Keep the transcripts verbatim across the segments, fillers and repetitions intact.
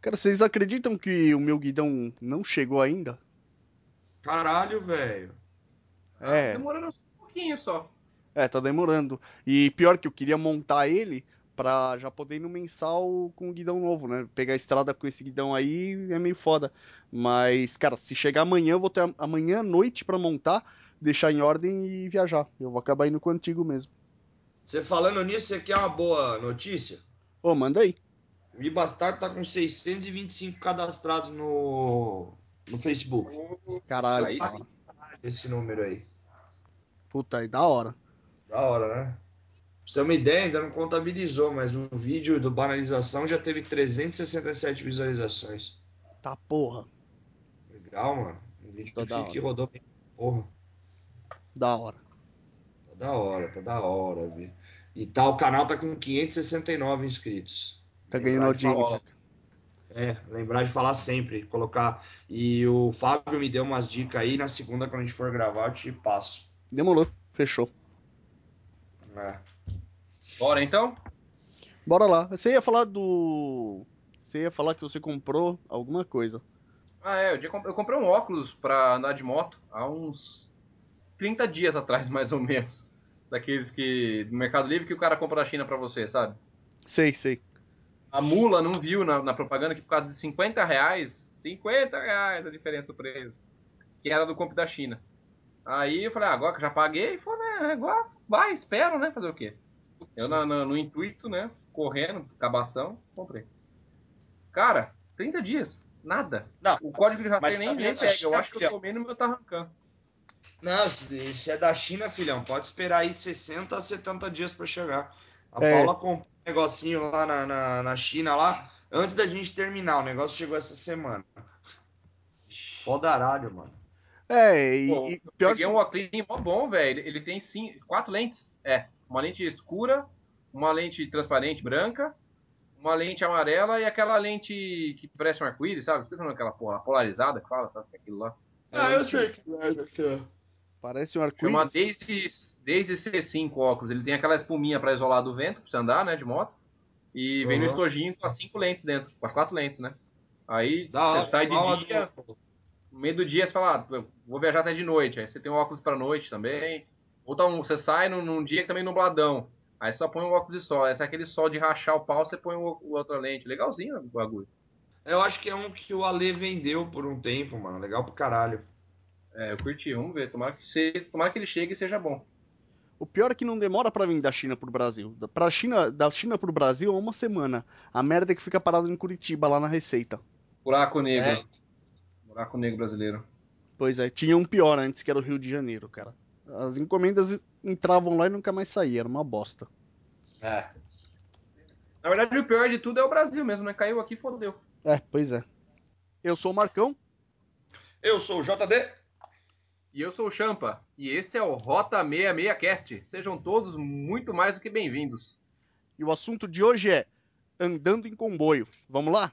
Cara, vocês acreditam que o meu guidão não chegou ainda? Caralho, velho. Ah, tá É, demorando um pouquinho só. é, tá demorando. E pior que eu queria montar ele pra já poder ir no mensal com o guidão novo, né? Pegar a estrada com esse guidão aí é meio foda. Mas, cara, se chegar amanhã, eu vou ter a- amanhã à noite pra montar, deixar em ordem e viajar. Eu vou acabar indo com o antigo mesmo. Você falando nisso, você quer uma boa notícia? Ô, manda aí. O Ibastar tá com seiscentos e vinte e cinco cadastrados no, no Facebook. Isso Caralho, Aí da tá sim. hora. esse número aí. Puta, aí da hora. Da hora, né? Pra você ter uma ideia, ainda não contabilizou, mas o vídeo do Banalização já teve trezentas e sessenta e sete visualizações. Tá porra. Legal, mano. Um vídeo Tá da que, que hora. rodou bem. Porra, Da hora. tá da hora, tá da hora, viu? E tá, o canal tá com quinhentos e sessenta e nove inscritos. Tá ganhando Lembrar de falar. audiência. É, lembrar de falar sempre, colocar. E o Fábio me deu umas dicas aí, na segunda, quando a gente for gravar, eu te passo. Demorou. Fechou. É. Bora então? Bora lá. Você ia falar do. Você ia falar que você comprou alguma coisa. Ah, é. Eu, tinha comp- eu comprei um óculos pra andar de moto há uns trinta dias atrás, mais ou menos. Daqueles que. Do Mercado Livre que o cara compra da China pra você, sabe? Sei, sei. A mula não viu na, na propaganda que por causa de cinquenta reais. cinquenta reais a diferença do preço. Que era do compra da China. Aí eu falei, ah, agora que eu já paguei, foi, né? Agora vai, espero, né? Fazer o quê? Eu na- na- no intuito, né? Correndo, cabação, comprei. Cara, trinta dias. Nada. Não, O código de mas rastreio tá nem, nem vendo a pega. Eu China, acho que eu filhão? tomei no meu tá arrancando. Não, se, se é da China, filhão, pode esperar aí sessenta a setenta dias pra chegar. A É, Paula comprou um negocinho lá na, na, na China, lá, antes da gente terminar. O negócio chegou essa semana. Fodaralho, mano. é, e, Pô, e eu pior peguei um se. óculos mó bom, velho. Ele tem sim, quatro lentes. É, uma lente escura, uma lente transparente branca, uma lente amarela e aquela lente que parece um arco-íris, sabe? Esqueci o nome daquela porra, polarizada que fala, sabe? Aquilo lá. Ah, eu sei que merda que é. Parece um Chama arco-íris? Daisy, Daisy C cinco óculos. Ele tem aquela espuminha para isolar do vento, pra você andar, né, de moto. E vem no Uhum. estojinho com as cinco lentes dentro, com as quatro lentes, né? Aí Da você hora, sai de igual a do. dia, no meio do dia você fala, ah, eu vou viajar até de noite. Aí você tem um óculos para noite também. Ou tá um, você sai num, num dia que também nubladão. Aí só põe um óculos de sol. Aí se é aquele sol de rachar o pau, você põe o, o outra lente. Legalzinho o bagulho. Eu acho que é um que o Ale vendeu por um tempo, mano. Legal pro caralho. É, eu curti, vamos ver. Tomara que, se, tomara que ele chegue e seja bom. O pior é que não demora pra vir da China pro Brasil. Da- Pra China, da China pro Brasil é uma semana. A merda é que fica parado em Curitiba, lá na Receita. Buraco É, negro. Buraco negro brasileiro. Pois é, tinha um pior antes, que era o Rio de Janeiro, cara. As encomendas entravam lá e nunca mais saíam, era uma bosta. é. Na verdade, o pior de tudo é o Brasil mesmo, né? Caiu aqui, fodeu. É, pois é. Eu sou o Marcão. Eu sou o J D. E eu sou o Champa, e esse é o Rota sessenta e seis Cast. Sejam todos muito mais do que bem-vindos. E o assunto de hoje é andando em comboio. Vamos lá?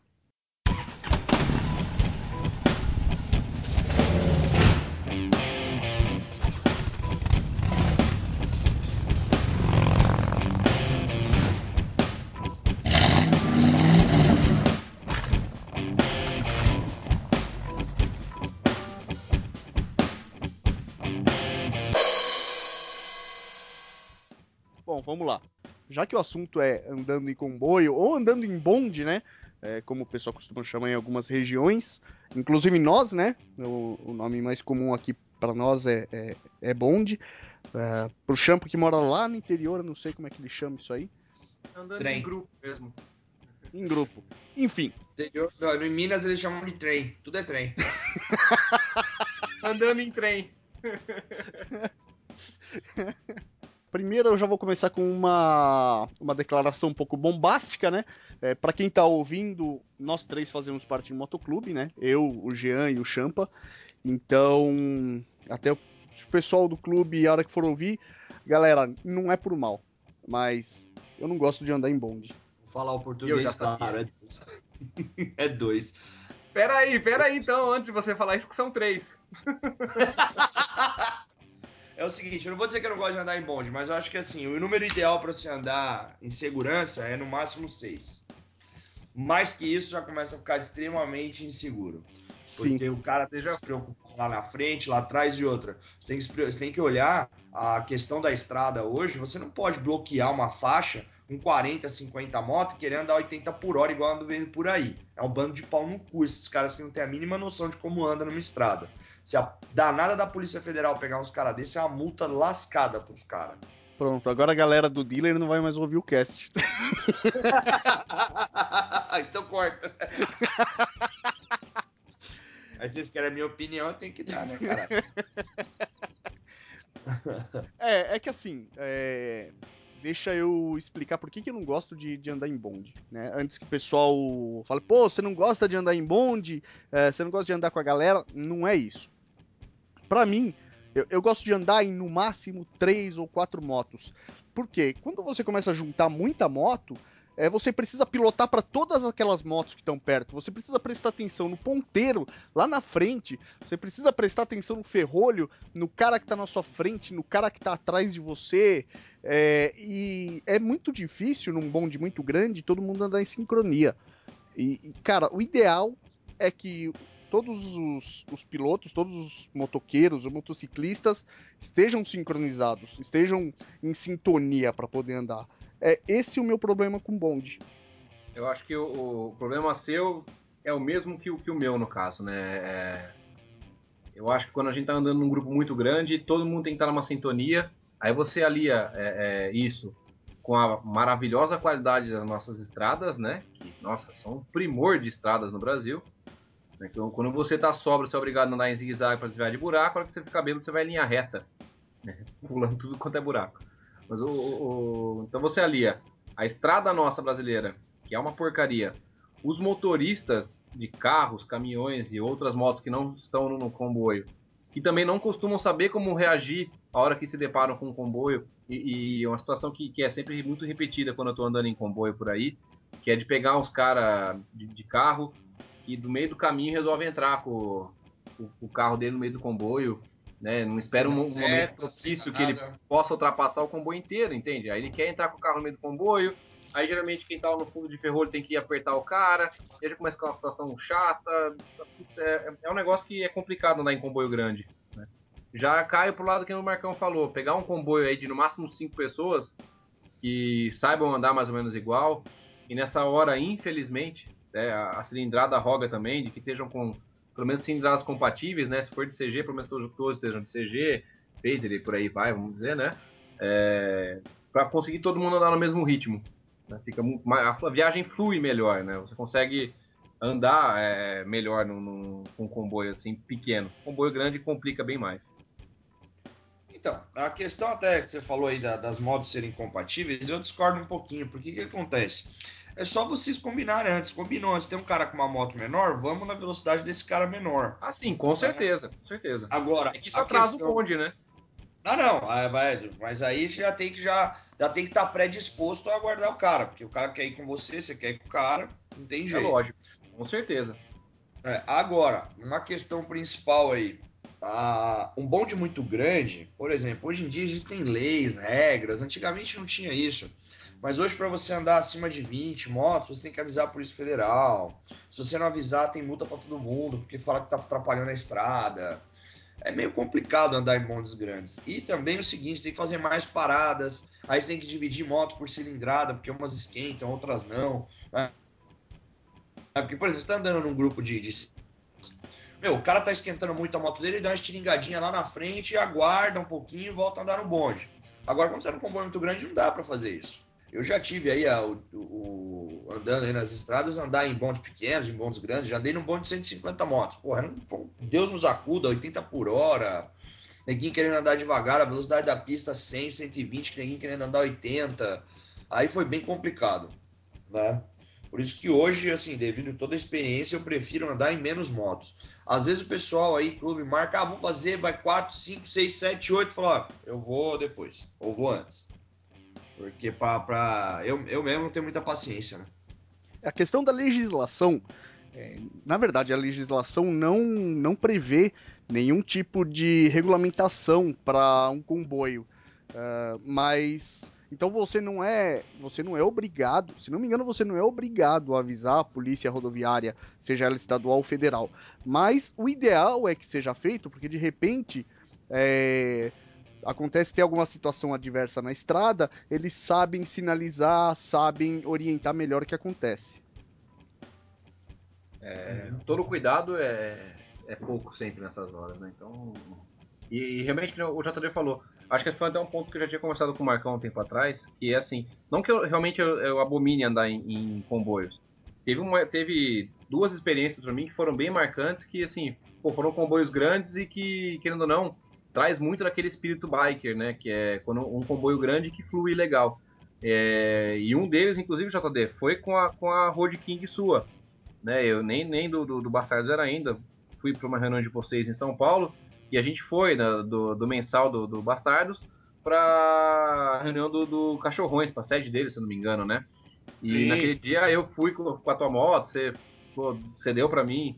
Bom, vamos lá. Já que o assunto é andando em comboio ou andando em bonde, né? É, como o pessoal costuma chamar em algumas regiões, inclusive nós, né? O, o nome mais comum aqui para nós é, é, é bonde. É, pro Champo que mora lá no interior, eu não sei como é que ele chama isso aí, Andando em Trem. grupo mesmo. em grupo. Enfim, Interior, não, em Minas eles chamam de trem. Tudo é trem. Andando em trem. primeiro eu já vou começar com uma, uma declaração um pouco bombástica, né? É, para quem tá ouvindo, nós três fazemos parte de um motoclube, né? Eu, o Jean e o Champa. Então, até o pessoal do clube, a hora que for ouvir, galera, não é por mal, mas eu não gosto de andar em bonde. Vou falar o E eu já português, sabia. claro. É dois. É dois. Pera aí, pera aí então, antes de você falar isso, que são três. É o seguinte, eu não vou dizer que eu não gosto de andar em bonde, mas eu acho que assim, o número ideal para você andar em segurança é no máximo seis. Mais que isso, já começa a ficar extremamente inseguro. Sim. Porque o cara seja preocupado lá na frente, lá atrás e outra. Você tem, que, você tem que olhar a questão da estrada hoje. Você não pode bloquear uma faixa com quarenta, cinquenta motos querendo andar oitenta por hora igual ando vendo por aí. É um bando de pau no cu, esses caras que não têm a mínima noção de como anda numa estrada. Se a danada da Polícia Federal pegar uns caras desses, é uma multa lascada pros caras. Pronto, agora a galera do dealer não vai mais ouvir o cast. Então corta. Aí vocês querem a minha opinião, tem que dar, né, cara? É, é que assim, é... deixa eu explicar por que, que eu não gosto de, de andar em bonde, né? Antes que o pessoal fale, pô, você não gosta de andar em bonde, é, você não gosta de andar com a galera, não é isso. Pra mim, eu, eu gosto de andar em no máximo três ou quatro motos. Por quê? Quando você começa a juntar muita moto, é, você precisa pilotar para todas aquelas motos que estão perto. Você precisa prestar atenção no ponteiro lá na frente. Você precisa prestar atenção no ferrolho, no cara que está na sua frente, no cara que está atrás de você. É, e é muito difícil num bonde muito grande todo mundo andar em sincronia. E, e cara, o ideal é que todos os, os pilotos, todos os motoqueiros ou motociclistas estejam sincronizados, estejam em sintonia para poder andar. É esse o meu problema com bonde. Eu acho que o, o problema seu é o mesmo que o, que o meu, no caso, né? É, eu acho que quando a gente tá andando num grupo muito grande, todo mundo tem que estar numa sintonia, aí você alia é, é, isso com a maravilhosa qualidade das nossas estradas, né? Que, nossa, são um primor de estradas no Brasil. Então, quando você tá sóbrio, você é obrigado a andar em zigue-zague para desviar de buraco, na hora que você fica bêbado, você vai em linha reta, né? Pulando tudo quanto é buraco. Mas o, o, o, então você alia a estrada nossa brasileira, que é uma porcaria, os motoristas de carros, caminhões e outras motos que não estão no, no comboio, que também não costumam saber como reagir a hora que se deparam com um comboio, e, e é uma situação que, que é sempre muito repetida quando eu estou andando em comboio por aí, que é de pegar uns caras de, de carro que do meio do caminho resolve entrar com o, o carro dele no meio do comboio, né? Não espera um, um momento propício que ele possa ultrapassar o comboio inteiro, entende? Aí ele quer entrar com o carro no meio do comboio, aí geralmente quem tá lá no fundo de ferrolho tem que ir apertar o cara, e aí já começa a ficar uma situação chata, é, é um negócio que é complicado andar em comboio grande, né? Já caio pro lado que o Marcão falou, pegar um comboio aí de no máximo cinco pessoas, que saibam andar mais ou menos igual, e nessa hora, infelizmente, né, a cilindrada roga também, de que estejam com pelo menos cilindradas compatíveis, né? Se for de C G, pelo menos todos, todos estejam de C G, Phaser e por aí vai, vamos dizer, né? É, para conseguir todo mundo andar no mesmo ritmo, né? Fica muito, a viagem flui melhor, né? Você consegue andar é, melhor num, num, com um comboio assim pequeno. Comboio grande complica bem mais. Então, a questão até que você falou aí da, das motos serem compatíveis, eu discordo um pouquinho, porque o que acontece? É só vocês combinarem antes. Combinou antes, tem um cara com uma moto menor, vamos na velocidade desse cara menor. Ah, sim, com certeza, com certeza. Agora, é que isso a atrasa questão... o bonde, né? Ah, não, vai, mas aí já tem que já, já tem que estar predisposto a aguardar o cara, porque o cara quer ir com você, você quer ir com o cara, não tem jeito. É lógico, com certeza. É, agora, uma questão principal aí. Ah, um bonde muito grande, por exemplo, hoje em dia existem leis, regras, antigamente não tinha isso. Mas hoje, para você andar acima de vinte motos, você tem que avisar a Polícia Federal. Se você não avisar, tem multa para todo mundo, porque fala que está atrapalhando a estrada. É meio complicado andar em bondes grandes. E também o seguinte, tem que fazer mais paradas, aí você tem que dividir moto por cilindrada, porque umas esquentam, outras não. Né? Porque, por exemplo, você está andando num grupo de, de Meu, o cara tá esquentando muito a moto dele, ele dá uma estiringadinha lá na frente, aguarda um pouquinho e volta a andar no bonde. Agora, quando você tá num comboio muito grande, não dá para fazer isso. Eu já tive aí a, o, o, andando aí nas estradas, andar em bondes pequenos, em bondes grandes, já andei num bonde de cento e cinquenta motos. Porra, Deus nos acuda, oitenta por hora, neguinho querendo andar devagar, a velocidade da pista cem, cento e vinte, neguinho querendo andar oitenta. Aí foi bem complicado, né? Por isso que hoje, assim, devido a toda a experiência, eu prefiro andar em menos motos. Às vezes o pessoal aí, clube, marca, ah, vou fazer, vai quatro, cinco, seis, sete, oito, fala, ó, eu vou depois, ou vou antes. Porque pra, pra... Eu, eu mesmo não tenho muita paciência, né? A questão da legislação, é, na verdade, a legislação não, não prevê nenhum tipo de regulamentação para um comboio, uh, mas Então você não é, você não é obrigado, se não me engano, você não é obrigado a avisar a polícia rodoviária, seja ela estadual ou federal. Mas o ideal é que seja feito, porque de repente é, acontece ter alguma situação adversa na estrada, eles sabem sinalizar, sabem orientar melhor o que acontece. É, todo cuidado é, é pouco sempre nessas horas, né? Então, e, e realmente o J D falou, acho que foi até um ponto que eu já tinha conversado com o Marcão um tempo atrás, que é assim, não que eu realmente eu, eu abomine andar em, em comboios. Teve, uma, teve duas experiências para mim que foram bem marcantes, que assim, pô, foram comboios grandes e que, querendo ou não, traz muito daquele espírito biker, né? Que é quando um comboio grande que flui legal. É, e um deles, inclusive, J D, foi com a, com a Road King sua. Né, eu nem, nem do, do, do Bastardos era ainda. Fui para uma reunião de vocês em São Paulo e a gente foi né, do, do mensal do, do Bastardos para a reunião do, do Cachorrões, para a sede deles, se eu não me engano, né? E Sim. naquele dia eu fui com, com a tua moto, você pô, cedeu para mim,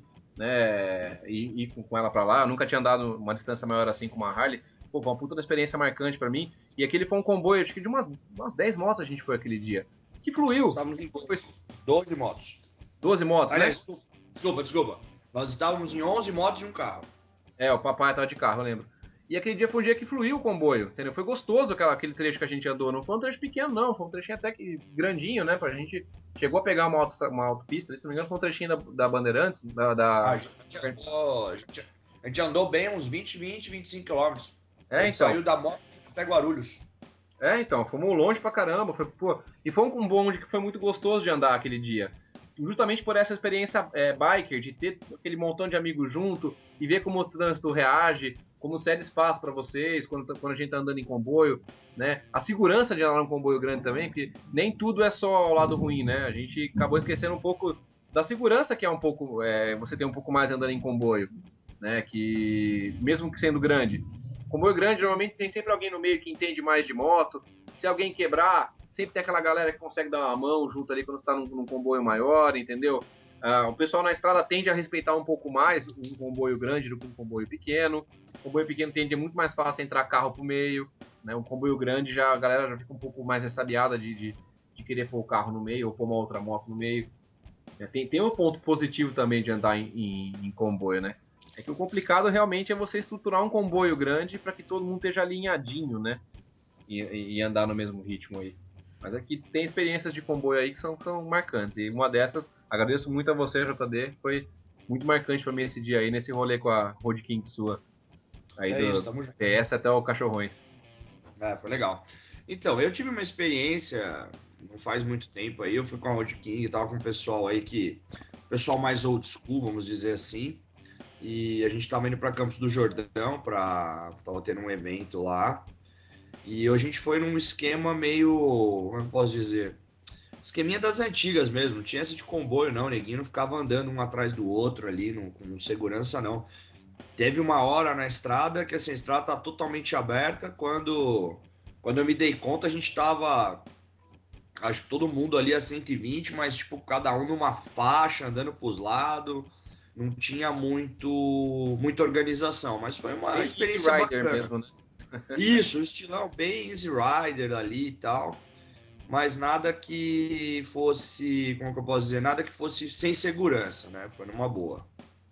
né? E ir com, com ela para lá. Eu nunca tinha andado uma distância maior assim com uma Harley. Pô, foi uma puta experiência marcante para mim. E aquele foi um comboio, acho que de umas, umas dez motos a gente foi aquele dia. Que fluiu. Estávamos em Foi doze motos. doze motos, Aliás, né? desculpa, desculpa, desculpa. Nós estávamos em onze motos e um carro. É, o papai tava de carro, eu lembro. E aquele dia foi um dia que fluiu o comboio, entendeu? Foi gostoso aquela, aquele trecho que a gente andou. Não foi um trecho pequeno, não. Foi um trechinho até que grandinho, né? Pra gente. Chegou a pegar uma, auto, uma autopista, se não me engano, foi um trechinho da, da Bandeirantes. Da, da... Ah, a, gente andou, a, gente, a gente andou bem uns vinte, vinte, vinte e cinco quilômetros. A É, gente então. saiu da moto até Guarulhos. É, então. Fomos longe pra caramba. Foi, pô, e foi um comboio que foi muito gostoso de andar aquele dia. Justamente por essa experiência é, biker, de ter aquele montão de amigos junto e ver como o trânsito reage, como cede espaço para vocês quando, quando a gente tá andando em comboio, né? A segurança de andar num comboio grande também, porque nem tudo é só o lado ruim, né? A gente acabou esquecendo um pouco da segurança que é um pouco, é, você tem um pouco mais andando em comboio, né? Que mesmo que sendo grande, comboio grande normalmente tem sempre alguém no meio que entende mais de moto. Se alguém quebrar, sempre tem aquela galera que consegue dar uma mão junto ali quando está num, num comboio maior, entendeu? Uh, o pessoal na estrada tende a respeitar um pouco mais um comboio grande do que um comboio pequeno. O comboio pequeno tende a muito mais fácil entrar carro pro meio, né? Um comboio grande já a galera já fica um pouco mais ressabiada de, de, de querer pôr o carro no meio ou pôr uma outra moto no meio. É, tem, tem um ponto positivo também de andar em, em, em comboio, né? É que o complicado realmente é você estruturar um comboio grande para que todo mundo esteja alinhadinho, né? E, e andar no mesmo ritmo aí. Mas aqui tem experiências de comboio aí que são, são marcantes. E uma dessas, agradeço muito a você, J D, foi muito marcante para mim esse dia aí, nesse rolê com a Road King sua. Aí É do isso, tamo junto. P S até o Cachorrões. É, foi legal. Então, eu tive uma experiência não faz muito tempo aí, eu fui com a Road King e tava com o pessoal aí que... Pessoal mais old school, vamos dizer assim. E a gente tava indo para Campos do Jordão, pra... tava tendo um evento lá. E a gente foi num esquema meio, como eu posso dizer, esqueminha das antigas mesmo, não tinha esse de comboio não, neguinho não ficava andando um atrás do outro ali, não, com segurança não. Teve uma hora na estrada que assim, a estrada tá totalmente aberta, quando, quando eu me dei conta a gente tava, acho que todo mundo ali a cento e vinte, mas tipo, cada um numa faixa, andando pros lados, não tinha muito, muita organização, mas foi uma Bem Easy experiência Rider bacana. mesmo, né? Isso, o estilão bem Easy Rider ali e tal, mas nada que fosse, como que eu posso dizer, nada que fosse sem segurança, né? Foi numa boa.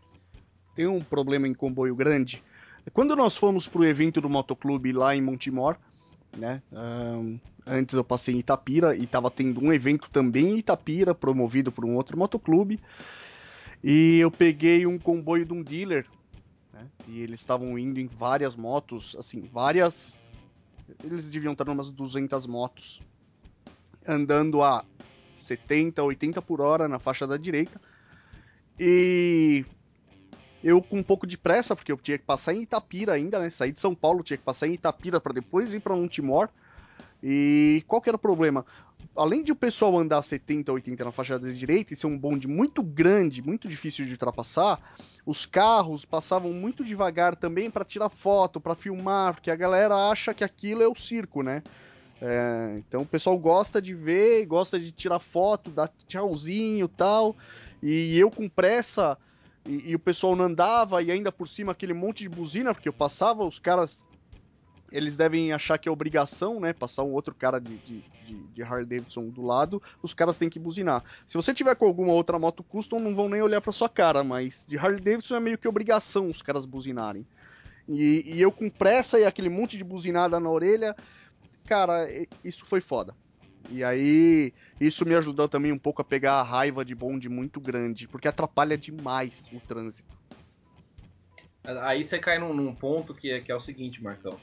Tem um problema em comboio grande. Quando nós fomos pro evento do motoclube lá em Montemor, né? Um, antes eu passei em Itapira e estava tendo um evento também em Itapira, promovido por um outro motoclube. E eu peguei um comboio de um dealer, né? E eles estavam indo em várias motos, assim, várias. Eles deviam estar em umas duzentas motos, andando a setenta, oitenta por hora na faixa da direita. E eu com um pouco de pressa, porque eu tinha que passar em Itapira ainda, né? Saí de São Paulo, tinha que passar em Itapira para depois ir para Montemor. E qual que era o problema? Além de o pessoal andar setenta, oitenta na faixa da direita e ser um bonde muito grande, muito difícil de ultrapassar, os carros passavam muito devagar também para tirar foto, para filmar, porque a galera acha que aquilo é o circo, né? É, então o pessoal gosta de ver, gosta de tirar foto, dar tchauzinho e tal. E eu com pressa, e, e o pessoal não andava, e ainda por cima aquele monte de buzina, porque eu passava os caras eles devem achar que é obrigação, né? Passar um outro cara de, de, de, de Harley Davidson do lado, os caras têm que buzinar. Se você tiver com alguma outra moto custom, não vão nem olhar pra sua cara, mas de Harley Davidson é meio que obrigação os caras buzinarem. E, e eu com pressa e aquele monte de buzinada na orelha, cara, isso foi foda. E aí, isso me ajudou também um pouco a pegar a raiva de bonde muito grande, porque atrapalha demais o trânsito. Aí você cai num, num ponto que é, que é o seguinte, Marcão,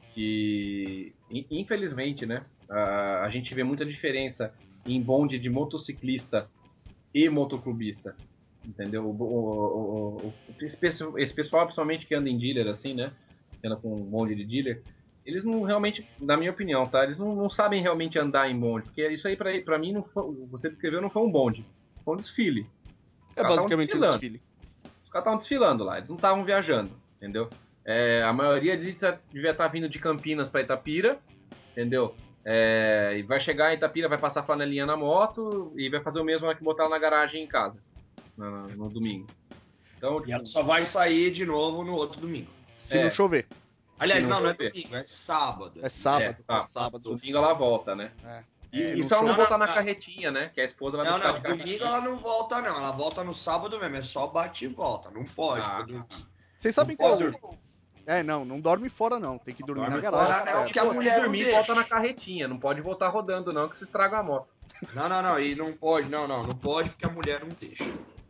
que infelizmente, né, a, a gente vê muita diferença em bonde de motociclista e motoclubista, entendeu? O, o, o, o, esse, esse pessoal, principalmente que anda em dealer assim, né, que anda com um bonde de dealer, eles não realmente, na minha opinião, tá, eles não, não sabem realmente andar em bonde, porque isso aí pra, pra mim, não foi, você descreveu, não foi um bonde, foi um desfile. Os É basicamente um desfile. Os caras estavam desfilando lá, eles não estavam viajando, entendeu? É, a maioria deles devia estar vindo de Campinas para Itapira, entendeu? É, e vai chegar em Itapira, vai passar flanelinha na moto e vai fazer o mesmo que botar na garagem em casa, no, no domingo. Então, E tipo, ela só vai sair de novo no outro domingo. Se É. não chover. Aliás, Se não não, não é chover. domingo, é sábado. É sábado, É, é, tá. sábado. Domingo ela volta, né? É. E, Se e não só não chover- botar Não, na não. carretinha, né? Que a esposa vai Não, buscar não, de carretinha. domingo ela não volta, não. Ela volta no sábado mesmo, é só bate e volta. Não pode Ah. pra dormir. Vocês sabem Não qual... pode É, não, não dorme fora não, tem que dormir Dorme na garagem. fora, não, É. que a mulher Se não dormir, deixa. volta na carretinha. Não pode voltar rodando, não, que se estraga a moto. Não, não, não, e não pode, não, não, não pode porque a mulher não deixa.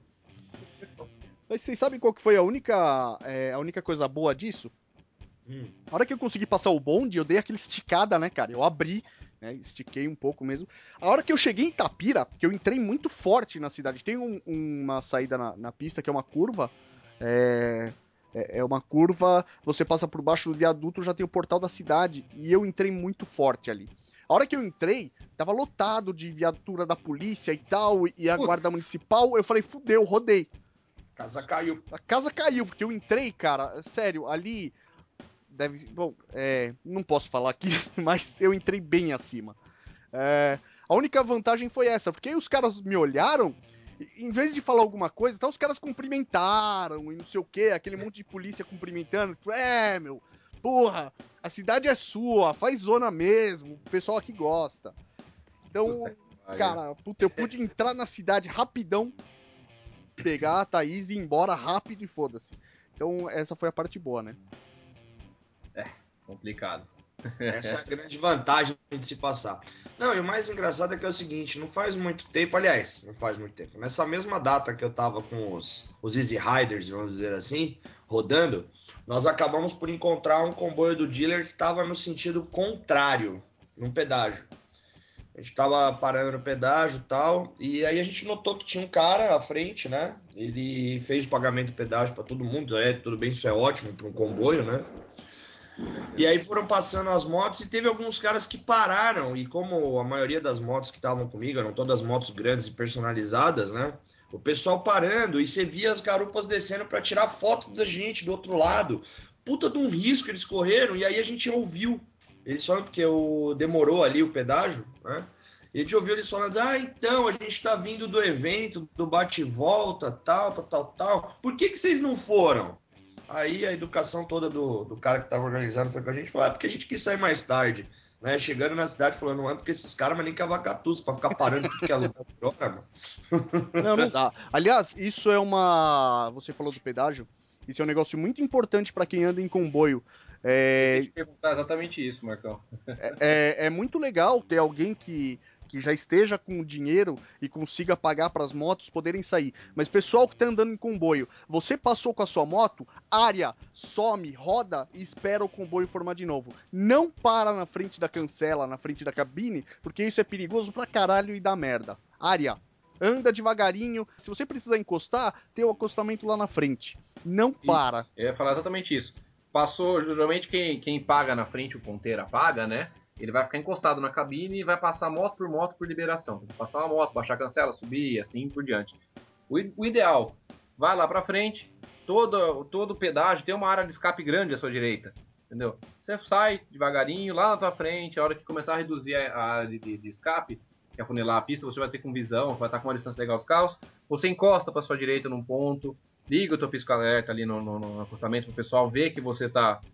Mas vocês sabem qual que foi a única, é, a única coisa boa disso? Hum. A hora que eu consegui passar o bonde, eu dei aquela esticada, né, cara? Eu abri, né, estiquei um pouco mesmo. A hora que eu cheguei em Itapira, que eu entrei muito forte na cidade, tem um- uma saída na, na pista que é uma curva, é, é é uma curva, você passa por baixo do viaduto, já tem o portal da cidade, e eu entrei muito forte ali. A hora que eu entrei, tava lotado de viatura da polícia e tal, e a Putz. guarda municipal, eu falei, fudeu, rodei. Casa caiu. A casa caiu, porque eu entrei, cara, sério, ali deve, bom, é, não posso falar aqui, mas eu entrei bem acima. É, a única vantagem foi essa, porque aí os caras me olharam, e, em vez de falar alguma coisa, tá, os caras cumprimentaram e não sei o que, aquele monte de polícia cumprimentando, tipo, é, meu, porra, a cidade é sua, faz zona mesmo, o pessoal aqui gosta. Então, cara, puta, eu pude entrar na cidade rapidão, pegar a Thaís e ir embora rápido e foda-se. Então, essa foi a parte boa, né? Complicado. Essa é a grande vantagem de se passar. Não, e o mais engraçado é que é o seguinte, não faz muito tempo, aliás, não faz muito tempo, nessa mesma data que eu tava com os, os Easy Riders, vamos dizer assim, rodando, nós acabamos por encontrar um comboio do dealer que tava no sentido contrário, num pedágio. A gente tava parando no pedágio e tal, e aí a gente notou que tinha um cara à frente, né? Ele fez o pagamento do pedágio para todo mundo, é, tudo bem, isso é ótimo para um comboio, né? E aí foram passando as motos e teve alguns caras que pararam, e como a maioria das motos que estavam comigo eram todas motos grandes e personalizadas, né? O pessoal parando e você via as garupas descendo para tirar foto da gente do outro lado. Puta de um risco eles correram, e aí a gente ouviu eles falando, porque o, demorou ali o pedágio, né? E a gente ouviu eles falando, ah, então, a gente tá vindo do evento, do bate-volta, tal, tal, tal, tal. Por que que vocês não foram? Aí a educação toda do, do cara que tava organizando foi com a gente, falou, ah, porque a gente quis sair mais tarde, né? Chegando na cidade, falando, não é porque esses caras, mas nem cavacatuços, pra ficar parando tudo que é lugar de hora, mano. Não, não dá. Aliás, isso é uma... Você falou do pedágio, isso é um negócio muito importante para quem anda em comboio. É... Eu ia te perguntar exatamente isso, Marcão. É, é muito legal ter alguém que, que já esteja com o dinheiro e consiga pagar para as motos poderem sair. Mas pessoal que está andando em comboio, você passou com a sua moto, área, some, roda e espera o comboio formar de novo. Não para na frente da cancela, na frente da cabine, porque isso é perigoso pra caralho e dá merda. Área, anda devagarinho. Se você precisar encostar, tem o acostamento lá na frente. Não para. Eu ia falar exatamente isso. Passou, geralmente quem, quem paga na frente, o ponteira paga, né? Ele vai ficar encostado na cabine e vai passar moto por moto por liberação. Tem que passar uma moto, baixar a cancela, subir e assim por diante. O, o ideal, vai lá pra frente, todo, todo pedágio tem uma área de escape grande à sua direita. Entendeu? Você sai devagarinho lá na tua frente, a hora que começar a reduzir a área de, de, de escape, que é afunilar a pista, você vai ter com visão, vai estar com uma distância legal dos carros, você encosta para sua direita num ponto, liga o teu pisco-alerta ali no, no, no acostamento para o pessoal ver que você está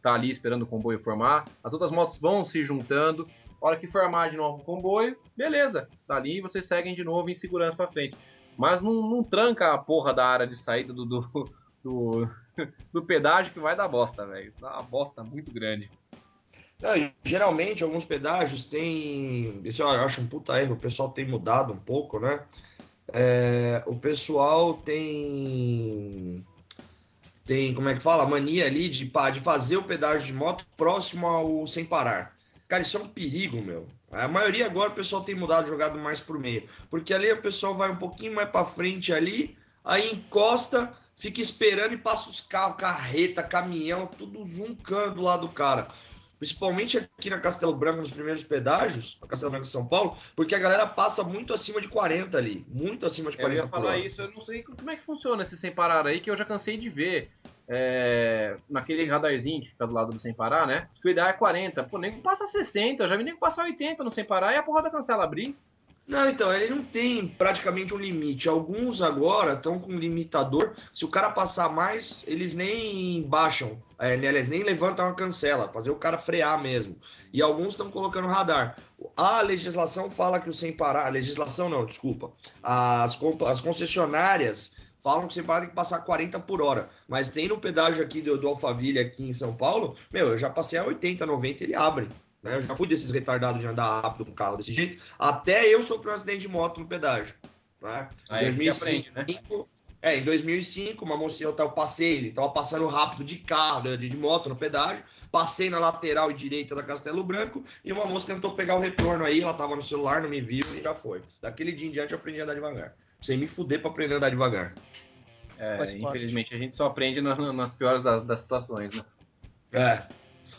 tá ali esperando o comboio formar, as outras motos vão se juntando, a hora que formar de novo o comboio, beleza, dali vocês seguem de novo em segurança para frente. Mas não, não tranca a porra da área de saída do, do, do, do pedágio que vai dar bosta, velho. Dá uma bosta muito grande. Não, geralmente, alguns pedágios tem... Isso eu acho um puta erro, o pessoal tem mudado um pouco, né? É, o pessoal tem... Tem, como é que fala? Mania ali de, de fazer o pedágio de moto próximo ao sem parar. Cara, isso é um perigo, meu. A maioria agora o pessoal tem mudado, jogado mais pro meio. Porque ali o pessoal vai um pouquinho mais pra frente ali, aí encosta, fica esperando e passa os carros, carreta, caminhão, tudo zuncando do lado do cara. Principalmente aqui na Castelo Branco, nos primeiros pedágios, na Castelo Branco de São Paulo, porque a galera passa muito acima de quarenta ali. Muito acima de Eu quarenta ia por falar hora. isso, eu não sei como é que funciona esse sem parar aí, que eu já cansei de ver. É, naquele radarzinho que fica do lado do sem parar, né? Se cuidar é quarenta. Pô, nem passa sessenta, eu já vi nem passar oitenta no sem parar e a porra da cancela abrir. Não, então, ele não tem praticamente um limite. Alguns agora estão com limitador. Se o cara passar mais, eles nem baixam, é, aliás, nem levantam a cancela, fazer o cara frear mesmo. E alguns estão colocando radar. A legislação fala que o sem parar, a legislação não, desculpa. As, as concessionárias falam que o sem parar tem que passar quarenta por hora. Mas tem no pedágio aqui do, do Alphaville, aqui em São Paulo, meu, eu já passei a oitenta, noventa, ele abre. Eu já fui desses retardados de andar rápido com carro desse jeito. Até eu sofri um acidente de moto no pedágio. Né? Em Aí que dois mil e cinco, aprende, né? é, em dois mil e cinco, uma mocinha, eu passei, ele tava passando rápido de carro, de, de moto no pedágio. Passei na lateral e direita da Castelo Branco e uma moça tentou pegar o retorno aí. Ela tava no celular, não me viu e já foi. Daquele dia em diante eu aprendi a andar devagar. Sem me fuder pra aprender a andar devagar. É, Faz parte. infelizmente a gente só aprende na, nas piores das, das situações, né? É.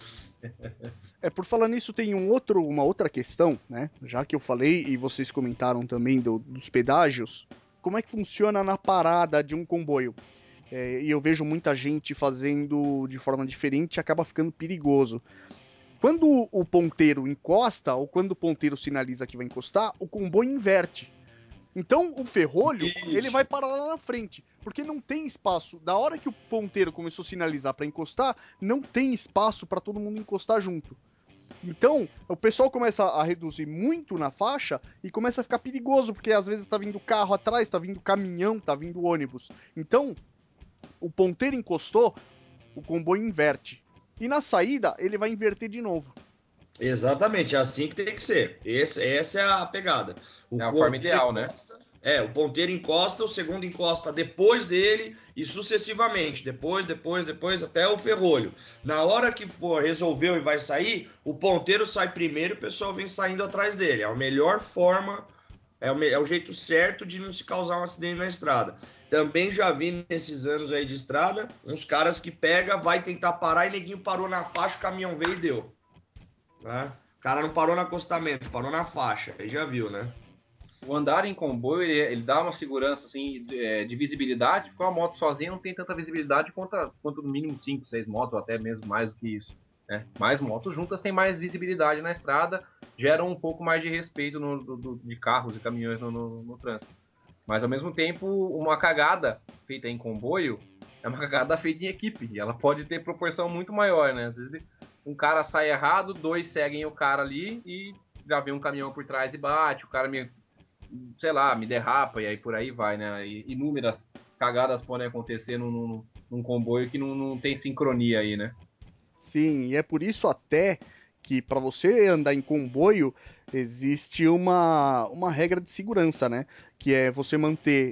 É, por falar nisso, tem um outro, uma outra questão, né? Já que eu falei e vocês comentaram também do, dos pedágios, como é que funciona na parada de um comboio? É, e eu vejo muita gente fazendo de forma diferente e acaba ficando perigoso. Quando o ponteiro encosta, ou quando o ponteiro sinaliza que vai encostar, o comboio inverte. Então o ferrolho, Isso. ele vai parar lá na frente, porque não tem espaço. Da hora que o ponteiro começou a sinalizar para encostar, não tem espaço para todo mundo encostar junto. Então, o pessoal começa a reduzir muito na faixa e começa a ficar perigoso, porque às vezes tá vindo carro atrás, tá vindo caminhão, tá vindo ônibus. Então, o ponteiro encostou, o comboio inverte. E na saída, ele vai inverter de novo. Exatamente, é assim que tem que ser. Esse, essa é a pegada. O É a forma ponteiro ideal, né? encosta, é, o ponteiro encosta, o segundo encosta depois dele e sucessivamente, depois, depois, depois, até o ferrolho. Na hora que for resolveu e vai sair, o ponteiro sai primeiro e o pessoal vem saindo atrás dele. É a melhor forma, é o, é o jeito certo de não se causar um acidente na estrada. Também já vi nesses anos aí de estrada, uns caras que pega, vai tentar parar e neguinho parou na faixa, o caminhão veio e deu. Né? O cara não parou no acostamento, parou na faixa. Aí já viu, né? O andar em comboio, ele, ele dá uma segurança assim, de, é, de visibilidade, porque uma moto sozinha não tem tanta visibilidade quanto, quanto no mínimo cinco, seis motos, ou até mesmo mais do que isso. Né? Mais motos juntas têm mais visibilidade na estrada, geram um pouco mais de respeito no, do, do, de carros e caminhões no, no, no trânsito. Mas ao mesmo tempo, uma cagada feita em comboio é uma cagada feita em equipe, e ela pode ter proporção muito maior, né? Às vezes um cara sai errado, dois seguem o cara ali e já vem um caminhão por trás e bate, o cara me, sei lá, me derrapa e aí por aí vai, né? E inúmeras cagadas podem acontecer num, num, num comboio que não, não tem sincronia aí, né? Sim, e é por isso até que para você andar em comboio existe uma, uma regra de segurança, né? Que é você manter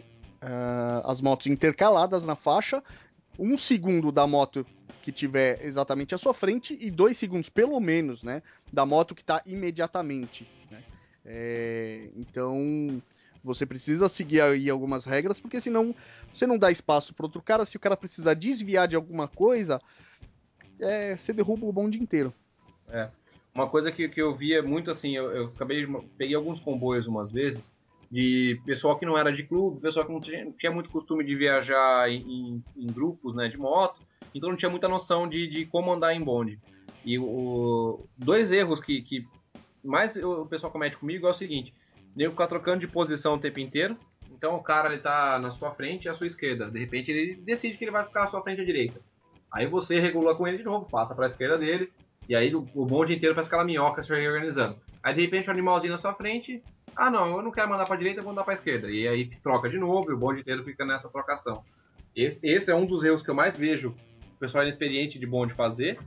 uh, as motos intercaladas na faixa, um segundo da moto que tiver exatamente à sua frente e dois segundos, pelo menos, né, da moto que está imediatamente. Né? É, então você precisa seguir aí algumas regras, porque senão você não dá espaço para outro cara. Se o cara precisar desviar de alguma coisa, é, você derruba o bonde inteiro. É. Uma coisa que, que eu via muito assim, eu, eu acabei peguei alguns comboios umas vezes de pessoal que não era de clube, pessoal que não tinha, não tinha muito costume de viajar em, em, em grupos, né, de moto, então não tinha muita noção de, de como andar em bonde. E o, dois erros que, que mais o pessoal comete comigo é o seguinte: o nego ficar trocando de posição o tempo inteiro. Então o cara ele tá na sua frente e à sua esquerda. De repente ele decide que ele vai ficar à sua frente à direita. Aí você regula com ele de novo, passa para a esquerda dele, e aí o, o bonde inteiro parece aquela minhoca se reorganizando. Aí de repente o animalzinho na sua frente, ah não, eu não quero mandar para a direita, eu vou mandar para a esquerda. E aí troca de novo, e o bonde inteiro fica nessa trocação. Esse, esse é um dos erros que eu mais vejo o pessoal inexperiente de bonde fazer.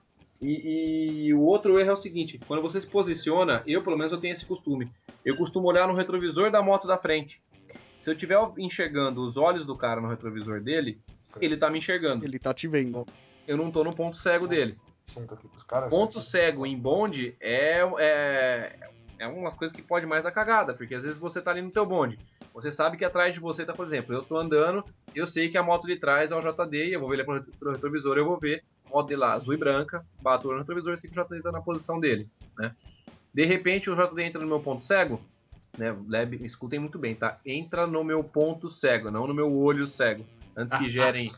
E, e o outro erro é o seguinte, quando você se posiciona, eu pelo menos eu tenho esse costume, eu costumo olhar no retrovisor da moto da frente. Se eu estiver enxergando os olhos do cara no retrovisor dele, ele tá me enxergando. Ele tá te vendo. Eu não tô no ponto cego dele. Ponto cego em bonde é, é, é umas coisas que pode mais dar cagada, porque às vezes você tá ali no teu bonde, você sabe que atrás de você tá, por exemplo, eu tô andando, eu sei que a moto de trás é o J D, eu vou ver ele pro retrovisor, eu vou ver a moto dele lá, azul e branca, bato no retrovisor e sei que o J D tá na posição dele, né? De repente o J D entra no meu ponto cego, né? Leve, escutem muito bem, tá? Entra no meu ponto cego, não no meu olho cego. Antes que gerem.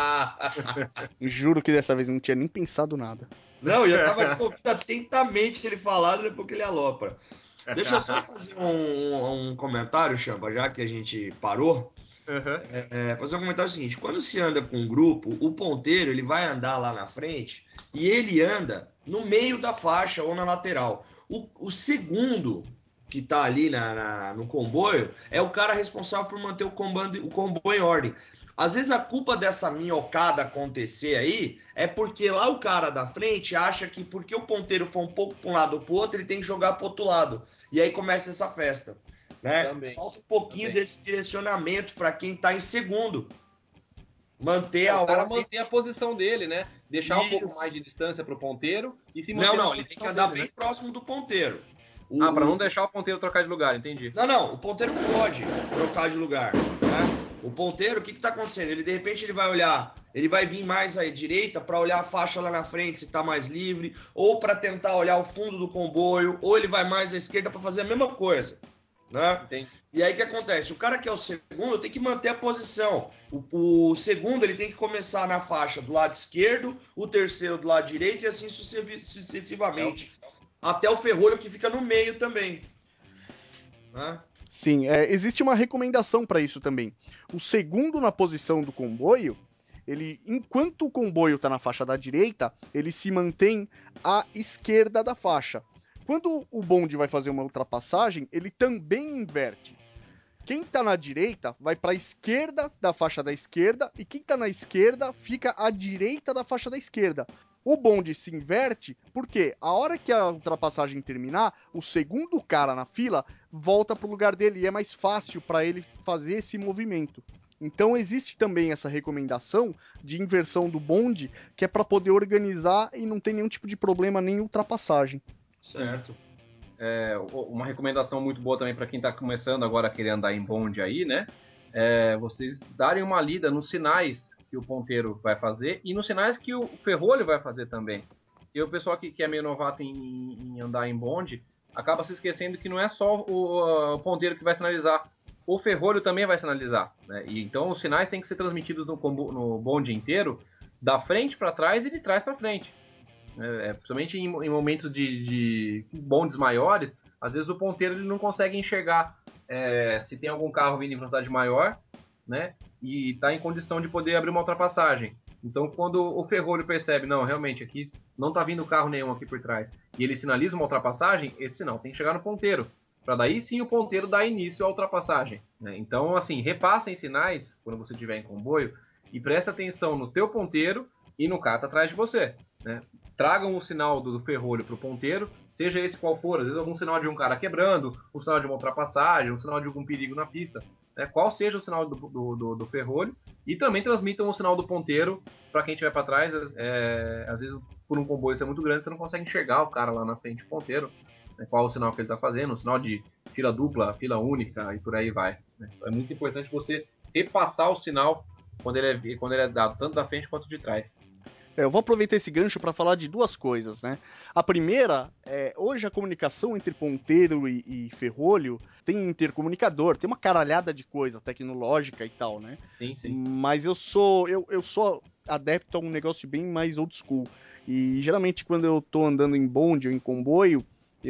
Juro que dessa vez eu não tinha nem pensado nada. Não, eu tava ouvindo atentamente ele falado depois que ele alopra. Deixa eu só fazer um, um comentário, Champa, já que a gente parou. Uhum. É, fazer um comentário seguinte: quando se anda com um grupo, o ponteiro ele vai andar lá na frente e ele anda no meio da faixa ou na lateral. O, o segundo que tá ali na, na, no comboio é o cara responsável por manter o comboio, o comboio em ordem. Às vezes a culpa dessa minhocada acontecer aí é porque lá o cara da frente acha que porque o ponteiro for um pouco para um lado ou para o outro, ele tem que jogar para o outro lado. E aí começa essa festa. Né? Também, Falta um pouquinho também. desse direcionamento para quem está em segundo. Manter É, a o cara ordem. manter a posição dele, né? Deixar Isso. um pouco mais de distância pro ponteiro e se manter Não, na não, ele tem que posição andar dele, bem né? próximo do ponteiro. O, Ah, pra o... não deixar o ponteiro trocar de lugar, entendi. Não, não, o ponteiro pode trocar de lugar. Né? O ponteiro, o que está acontecendo? Ele de repente ele vai olhar, ele vai vir mais à direita para olhar a faixa lá na frente se está mais livre, ou para tentar olhar o fundo do comboio, ou ele vai mais à esquerda para fazer a mesma coisa. Né? Entendi. E aí o que acontece? O cara que é o segundo tem que manter a posição. O, o segundo ele tem que começar na faixa do lado esquerdo, o terceiro do lado direito e assim sucessivamente. É o... Até o ferrolho que fica no meio também. Né? Sim, é, existe uma recomendação para isso também. O segundo na posição do comboio, ele, enquanto o comboio está na faixa da direita, ele se mantém à esquerda da faixa. Quando o bonde vai fazer uma ultrapassagem, ele também inverte. Quem está na direita vai para a esquerda da faixa da esquerda e quem está na esquerda fica à direita da faixa da esquerda. O bonde se inverte porque a hora que a ultrapassagem terminar, o segundo cara na fila volta para o lugar dele e é mais fácil para ele fazer esse movimento. Então existe também essa recomendação de inversão do bonde, que é para poder organizar e não ter nenhum tipo de problema nem ultrapassagem. Certo. É, uma recomendação muito boa também para quem está começando agora a querer andar em bonde aí, né? É vocês darem uma lida nos sinais que o ponteiro vai fazer e nos sinais que o ferrolho vai fazer também. E o pessoal que, que é meio novato em, em andar em bonde acaba se esquecendo que não é só o, o ponteiro que vai sinalizar, o ferrolho também vai sinalizar. Né? E então os sinais têm que ser transmitidos no, no bonde inteiro, da frente para trás e de trás para frente. É, principalmente em, em momentos de, de bondes maiores, às vezes o ponteiro ele não consegue enxergar é, se tem algum carro vindo em velocidade maior, né? E está em condição de poder abrir uma ultrapassagem. Então, quando o ferrolho percebe, não, realmente aqui não está vindo carro nenhum aqui por trás, e ele sinaliza uma ultrapassagem, esse sinal tem que chegar no ponteiro, para daí sim o ponteiro dar início à ultrapassagem. Né? Então, assim, repassem sinais quando você estiver em comboio e presta atenção no teu ponteiro e no cara que tá atrás de você. Né? Tragam o sinal do, do ferrolho para o ponteiro, seja esse qual for, às vezes algum sinal de um cara quebrando, um sinal de uma ultrapassagem, um sinal de algum perigo na pista, né? Qual seja o sinal do, do, do, do ferrolho, e também transmitam o sinal do ponteiro para quem estiver para trás. É, às vezes, por um comboio ser muito grande, você não consegue enxergar o cara lá na frente, o ponteiro, né? Qual o sinal que ele está fazendo, o sinal de fila dupla, fila única e por aí vai. Né? Então, é muito importante você repassar o sinal quando ele é, quando ele é dado, tanto da frente quanto de trás. É, eu vou aproveitar esse gancho para falar de duas coisas, né? A primeira é, hoje a comunicação entre ponteiro e, e ferrolho tem intercomunicador, tem uma caralhada de coisa tecnológica e tal, né? Sim, sim. Mas eu sou, eu, eu sou adepto a um negócio bem mais old school. E geralmente quando eu tô andando em bonde ou em comboio,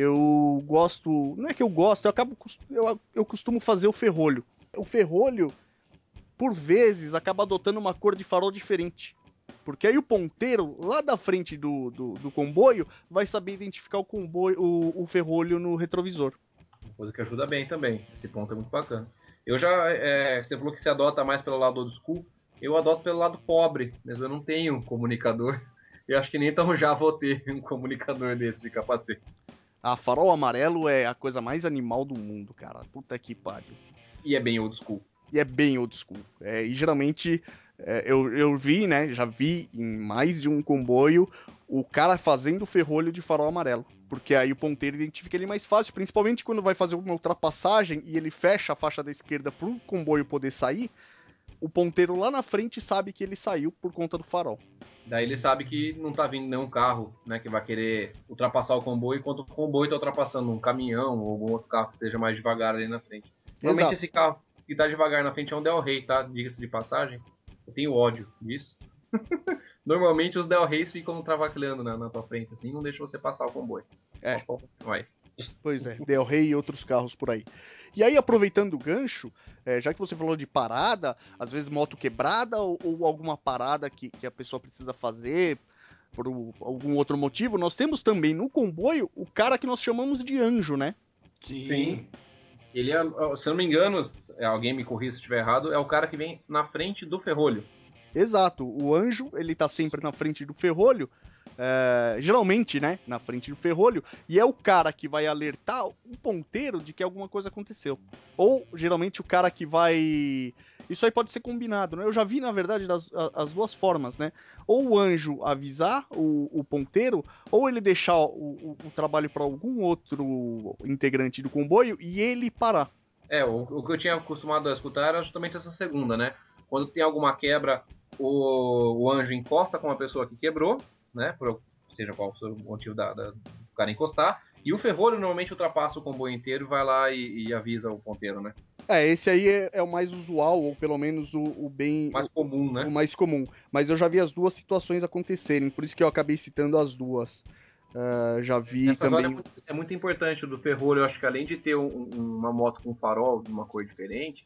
eu gosto, não é que eu gosto, eu acabo, eu, eu costumo fazer o ferrolho. O ferrolho, por vezes, acaba adotando uma cor de farol diferente. Porque aí o ponteiro, lá da frente do, do, do comboio, vai saber identificar o comboio, o, o ferrolho no retrovisor. Coisa que ajuda bem também. Esse ponto é muito bacana. Eu já, é, você falou que você adota mais pelo lado old school. Eu adoto pelo lado pobre, mas eu não tenho comunicador. Eu acho que nem então já vou ter um comunicador desse de capacete. A farol amarelo é a coisa mais animal do mundo, cara. Puta que pariu. E é bem old school. E é bem old school. É, e geralmente é, eu, eu vi, né? Já vi em mais de um comboio o cara fazendo o ferrolho de farol amarelo. Porque aí o ponteiro identifica ele mais fácil, principalmente quando vai fazer uma ultrapassagem e ele fecha a faixa da esquerda para o comboio poder sair. O ponteiro lá na frente sabe que ele saiu por conta do farol. Daí ele sabe que não tá vindo nenhum carro, né, que vai querer ultrapassar o comboio, enquanto o comboio tá ultrapassando um caminhão ou algum outro carro que esteja mais devagar ali na frente. Normalmente Exato. esse carro que tá devagar na frente é um Del Rey, tá? Diga-se de passagem. Eu tenho ódio disso. Normalmente os Del Reys ficam travacleando na, na tua frente, assim, não deixam você passar o comboio. É. Vai. Pois é, Del Rey e outros carros por aí. E aí, aproveitando o gancho, é, já que você falou de parada, às vezes moto quebrada ou, ou alguma parada que, que a pessoa precisa fazer por o, algum outro motivo, nós temos também no comboio o cara que nós chamamos de anjo, né? Sim. Sim. Ele é, se eu não me engano, alguém me corrija se estiver errado, é o cara que vem na frente do ferrolho. Exato, o anjo, ele tá sempre na frente do ferrolho, é, geralmente, né, na frente do ferrolho, e é o cara que vai alertar o ponteiro de que alguma coisa aconteceu. Ou, geralmente, o cara que vai... Isso aí pode ser combinado, né? Eu já vi, na verdade, das, as duas formas, né? Ou o anjo avisar o, o ponteiro, ou ele deixar o, o, o trabalho para algum outro integrante do comboio e ele parar. É, o, o que eu tinha acostumado a escutar era justamente essa segunda, né? Quando tem alguma quebra, o, o anjo encosta com a pessoa que quebrou, né? Por seja qual for o motivo da, da, do cara encostar. E o ferrolho normalmente ultrapassa o comboio inteiro e vai lá e, e avisa o ponteiro, né? É, esse aí é, é o mais usual, ou pelo menos o, o bem... Mais o, comum, né? O mais comum. Mas eu já vi as duas situações acontecerem, por isso que eu acabei citando as duas. Uh, já vi Nessas também... horas é muito, é muito importante o do ferrolho. Eu acho que além de ter um, uma moto com farol de uma cor diferente,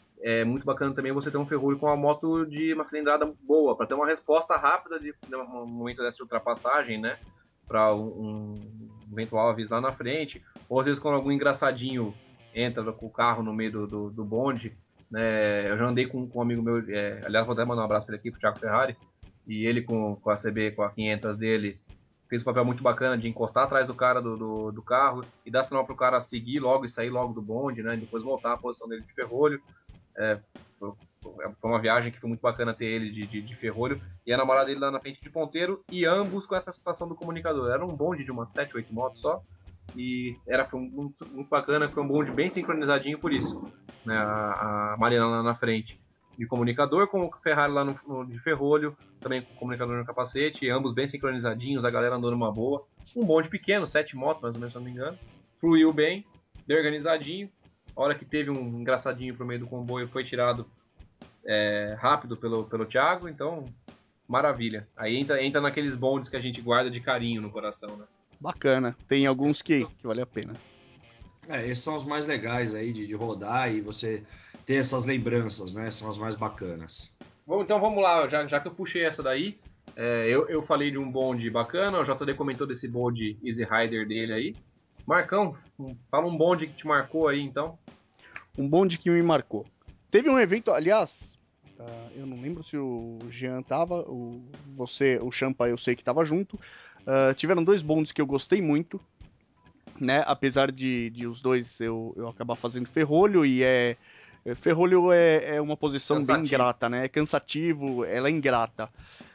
é muito bacana também você ter um ferrolho com uma moto de uma cilindrada boa, para ter uma resposta rápida de, de um momento dessa ultrapassagem, né? Para um, um eventual aviso lá na frente. Ou às vezes quando algum engraçadinho entra com o carro no meio do, do, do bonde. Né? Eu já andei com, com um amigo meu, é, aliás, vou até mandar um abraço para ele aqui, pro Thiago Ferrari, e ele com, com a C B, com a quinhentas dele, fez um papel muito bacana de encostar atrás do cara do, do, do carro e dar sinal pro cara seguir logo e sair logo do bonde, né? E depois voltar à posição dele de ferrolho. É, foi uma viagem que foi muito bacana ter ele de, de, de ferrolho e a namorada dele lá na frente de ponteiro e ambos com essa situação do comunicador. Era um bonde de umas sete, oito motos só e era foi muito, muito bacana, foi um bonde bem sincronizadinho por isso. Né? A, a Mariana lá na frente de comunicador com o Ferrari lá no, no, de ferrolho, também com o comunicador no capacete, ambos bem sincronizadinhos, a galera andando numa boa. Um bonde pequeno, sete motos mais ou menos, se não me engano. Fluiu bem, bem organizadinho. A hora que teve um engraçadinho pro meio do comboio foi tirado é, rápido pelo, pelo Thiago, então maravilha. Aí entra, entra naqueles bondes que a gente guarda de carinho no coração, né? Bacana, tem alguns que, que vale a pena. É, esses são os mais legais aí de, de rodar e você ter essas lembranças, né? São as mais bacanas. Bom, então vamos lá, já, já que eu puxei essa daí, é, eu, eu falei de um bonde bacana, o J D comentou desse bonde Easy Rider dele aí. Marcão, fala um bonde que te marcou aí então. Um bonde que me marcou. Teve um evento, aliás, uh, eu não lembro se o Jean tava, o, você, o Champa, eu sei que tava junto. Uh, tiveram dois bondes que eu gostei muito, né? Apesar de, de os dois eu, eu acabar fazendo ferrolho e é. Ferrolho é, é uma posição Cansativo. bem ingrata, né? É cansativo, ela é ingrata.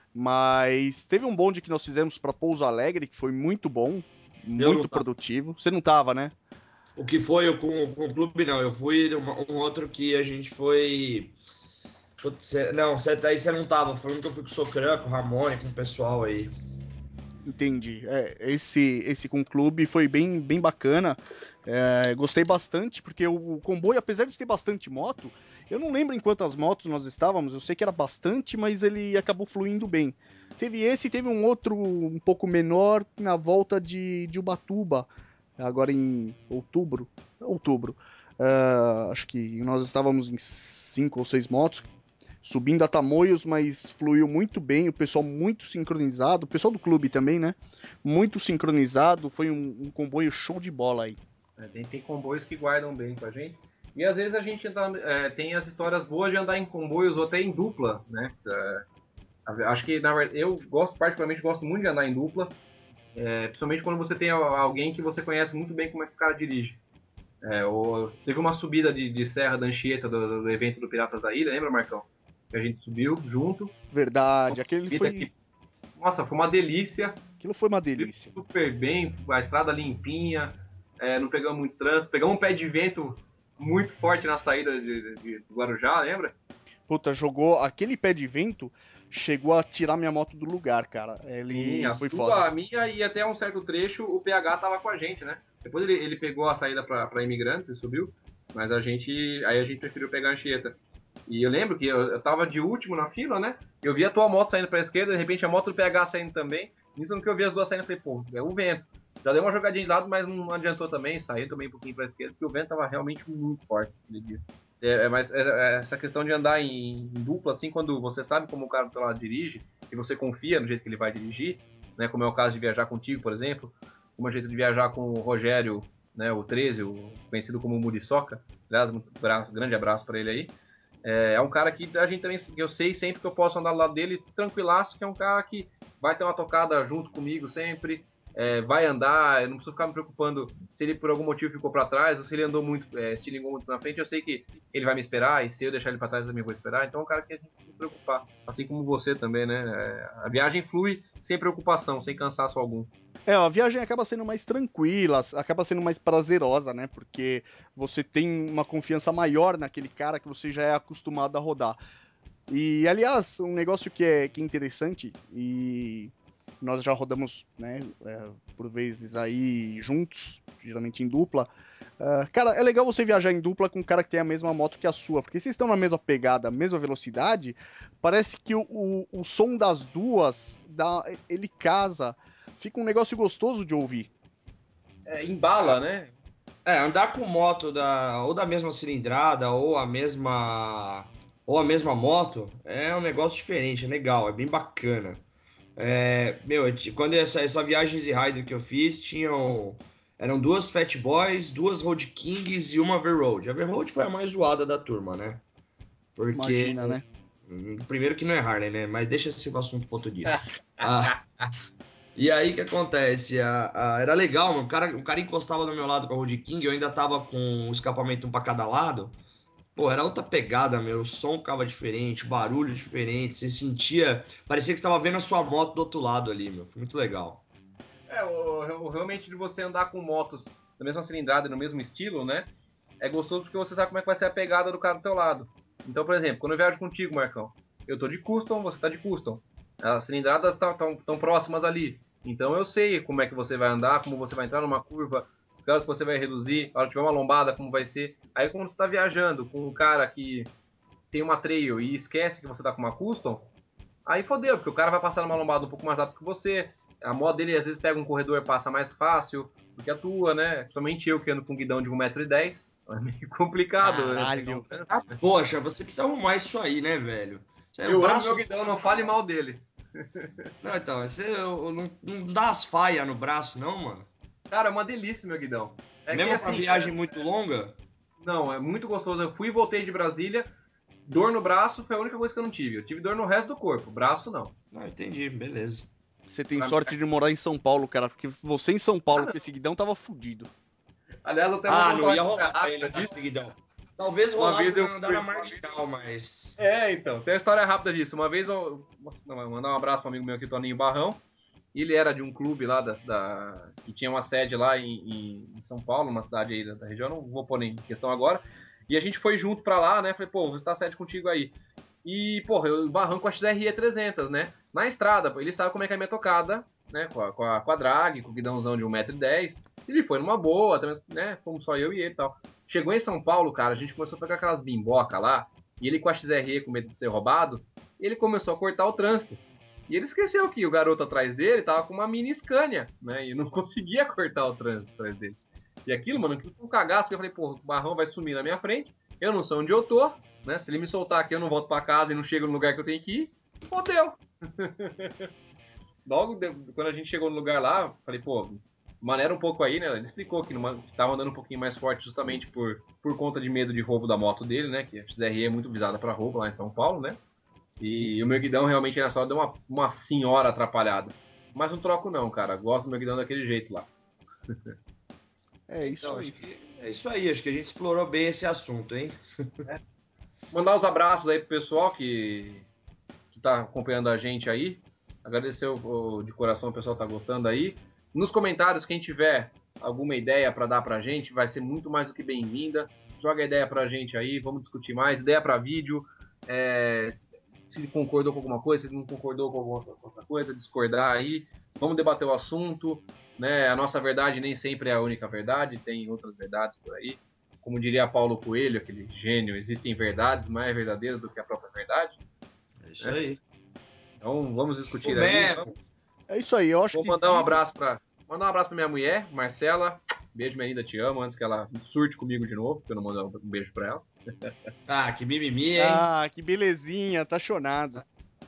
Mas teve um bonde que nós fizemos para Pouso Alegre que foi muito bom, muito produtivo. Você não tava, né? O que foi eu com, com o clube, não. Eu fui um, um outro que a gente foi. Putz, não, aí você não tava. Falando que eu fui com o Socran, com o Ramone, com o pessoal aí. Entendi. É, esse, esse com o clube foi bem, bem bacana. É, gostei bastante, porque o comboio, apesar de ter bastante moto, eu não lembro em quantas motos nós estávamos, eu sei que era bastante, mas ele acabou fluindo bem. Teve esse e teve um outro um pouco menor na volta de, de Ubatuba, agora em outubro. Outubro. Uh, acho que nós estávamos em cinco ou seis motos. subindo a Tamoios, mas fluiu muito bem, o pessoal muito sincronizado, o pessoal do clube também, né? Muito sincronizado, foi um, um comboio show de bola aí. É, tem, tem comboios que guardam bem com a gente. E às vezes a gente anda, é, tem as histórias boas de andar em comboios ou até em dupla, né? É, acho que, na verdade, eu gosto, particularmente gosto muito de andar em dupla, é, principalmente quando você tem alguém que você conhece muito bem como é que o cara dirige. É, ou, teve uma subida de, de Serra da Anchieta do, do evento do Piratas da Ilha, lembra, Marcão? Que a gente subiu junto. Verdade, aquele foi... Que, nossa, foi uma delícia. Aquilo foi uma delícia. Super bem, a estrada limpinha, é, não pegamos muito trânsito, pegamos um pé de vento muito forte na saída de, de, de Guarujá, lembra? Puta, jogou aquele pé de vento, chegou a tirar minha moto do lugar, cara. Ele Sim, a foi sua, foda. a minha e até um certo trecho o P H tava com a gente, né? Depois ele, ele pegou a saída para imigrantes e subiu, mas a gente, aí a gente preferiu pegar a Anchieta. E eu lembro que eu, eu tava de último na fila, né? Eu vi a tua moto saindo pra esquerda, de repente a moto do P H saindo também. Nisso no que eu vi as duas saindo, eu falei, pô, é o vento. Já deu uma jogadinha de lado, mas não adiantou também, saiu também um pouquinho pra esquerda, porque o vento tava realmente muito forte aquele dia. É, é, mas é, é, essa questão de andar em, em dupla, assim, quando você sabe como o cara do teu lado dirige, e você confia no jeito que ele vai dirigir, né? Como é o caso de viajar contigo, por exemplo, como é o jeito de viajar com o Rogério, né, o treze, o conhecido como Muriçoca. Aliás, um grande abraço para ele aí. É, é um cara que a gente também, que eu sei sempre que eu posso andar do lado dele tranquilaço, que é um cara que vai ter uma tocada junto comigo sempre, é, vai andar, eu não preciso ficar me preocupando se ele por algum motivo ficou para trás ou se ele andou muito, é, estilingou muito na frente, eu sei que ele vai me esperar e se eu deixar ele para trás eu também vou esperar, então é um cara que a gente precisa se preocupar, assim como você também, né? É, a viagem flui sem preocupação, sem cansaço algum. É, a viagem acaba sendo mais tranquila, acaba sendo mais prazerosa, né? Porque você tem uma confiança maior naquele cara que você já é acostumado a rodar. E, aliás, um negócio que é, que é interessante, e nós já rodamos, né, é, por vezes aí juntos, geralmente em dupla. Uh, cara, é legal você viajar em dupla com um cara que tem a mesma moto que a sua, porque vocês estão na mesma pegada, mesma velocidade, parece que o, o, o som das duas, dá, ele casa, fica um negócio gostoso de ouvir. É, embala, né? É, andar com moto da, ou da mesma cilindrada ou a mesma ou a mesma moto é um negócio diferente, é legal, é bem bacana. É, meu, quando essa, essa viagem Easy Rider que eu fiz, tinham eram duas Fat Boys, duas Road Kings e uma V-Road. A V-Road foi a mais zoada da turma, né? Porque Imagina, né? primeiro que não é Harley, né? Mas deixa esse assunto para outro dia. ah, E aí o que acontece? A, a, era legal, mano. O cara, o cara encostava do meu lado com a Road King, eu ainda tava com o escapamento um pra cada lado. Pô, era outra pegada, meu. O som ficava diferente, barulho diferente. Você sentia. Parecia que você tava vendo a sua moto do outro lado ali, meu. Foi muito legal. É, o, o, realmente de você andar com motos da mesma cilindrada e no mesmo estilo, né? É gostoso porque você sabe como é que vai ser a pegada do cara do teu lado. Então, por exemplo, quando eu viajo contigo, Marcão, eu tô de custom, você tá de custom. As cilindradas estão próximas ali. Então eu sei como é que você vai andar, como você vai entrar numa curva, caso você vai reduzir, a hora que tiver uma lombada, como vai ser. Aí quando você tá viajando com um cara que tem uma trail e esquece que você tá com uma custom, aí fodeu, porque o cara vai passar numa lombada um pouco mais rápido que você. A moto dele às vezes pega um corredor e passa mais fácil do que a tua, né? Principalmente eu que ando com um guidão de um metro e dez. É meio complicado, né? Caralho. Um... Ah, poxa, você precisa arrumar isso aí, né, velho? Isso aí, o Eu amo braço meu guidão, não fale mal dele. Não, então, você não, não dá as faias no braço, não, mano? Cara, é uma delícia meu guidão. É que Mesmo pra assim, viagem é... muito longa? não, é muito gostoso. Eu fui e voltei de Brasília. Dor no braço foi a única coisa que eu não tive. Eu tive dor no resto do corpo, braço não. Não, entendi, beleza. Você tem Pra sorte de morar em São Paulo, cara, porque você em São Paulo com esse guidão tava fudido. Aliás, eu até vou Ah, contar não uma ia história rolar pra rápida ele tá disso. seguidão. Talvez Uma rolasse vez eu na andar fui. na marginal, mas. É, então, tem a história rápida disso. Uma vez eu. Vou mandar um abraço para um amigo meu aqui, Toninho Barrão. Ele era de um clube lá da, da que tinha uma sede lá em, em São Paulo, uma cidade aí da, da região, não vou pôr nem em questão agora. E a gente foi junto pra lá, né? Falei, pô, vou estar sede contigo aí. E, porra, eu barranco a X R E trezentos, né? Na estrada, pô, ele sabe como é que é a minha tocada, né? Com a, com a, com a drag, com o guidãozão de um metro e dez. Ele foi numa boa, né? Fomos só eu e ele e tal. Chegou em São Paulo, cara, a gente começou a pegar aquelas bimboca lá, e ele com a X R E com medo de ser roubado, ele começou a cortar o trânsito. E ele esqueceu que o garoto atrás dele tava com uma mini Scania, né? E não conseguia cortar o trânsito atrás dele. E aquilo, mano, aquilo foi um cagaço, que eu falei, pô, o Barrão vai sumir na minha frente, Eu não sei onde eu tô, né? Se ele me soltar aqui, eu não volto pra casa e não chego no lugar que eu tenho que ir, fodeu. Logo, de, quando a gente chegou no lugar lá, falei, pô, maneira um pouco aí, né? Ele explicou que numa, tava andando um pouquinho mais forte justamente por, por conta de medo de roubo da moto dele, né? Que a X R E é muito visada pra roubo lá em São Paulo, né? E o meu guidão realmente era só deu uma, uma senhora atrapalhada. Mas não troco não, cara. Gosto do meu guidão daquele jeito lá. É isso Então, aí. acho que é isso aí. Acho que a gente explorou bem esse assunto, hein? Mandar os abraços aí pro pessoal que, que tá acompanhando a gente aí. Agradecer o, o- de coração o pessoal que tá gostando aí. Nos comentários, quem tiver alguma ideia para dar pra gente, vai ser muito mais do que bem-vinda. Joga a ideia pra gente aí, vamos discutir mais. Ideia para vídeo. É, se concordou com alguma coisa, se não concordou com alguma outra coisa, discordar aí. Vamos debater o assunto. Né? A nossa verdade nem sempre é a única verdade, tem outras verdades por aí. Como diria Paulo Coelho, aquele gênio, existem verdades mais verdadeiras do que a própria verdade. É isso aí. Então vamos discutir Isso aí. mesmo. É isso aí, eu acho Vou que mandar um vídeo... abraço para mandar um abraço para minha mulher, Marcela. Beijo, minha linda, te amo, antes que ela surte comigo de novo, porque eu não mandei um beijo para ela. Ah, que mimimi, hein? Ah, que belezinha, tá chonado.